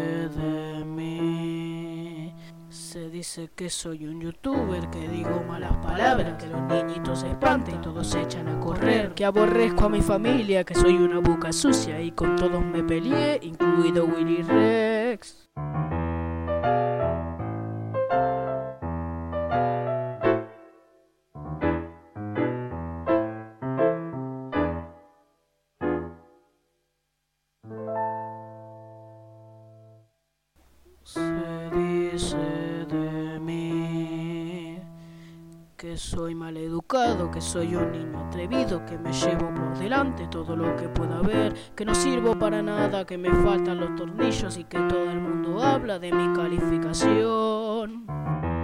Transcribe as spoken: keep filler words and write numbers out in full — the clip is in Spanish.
de mí. Se dice que soy un youtuber, que digo malas palabras, que los niñitos se espantan y todos se echan a correr, que aborrezco a mi familia, que soy una boca sucia y con todos me peleé, incluido Willy Rex. Se dice de mí que soy maleducado, que soy un niño atrevido, que me llevo por delante todo lo que pueda haber, que no sirvo para nada, que me faltan los tornillos y que todo el mundo habla de mi calificación.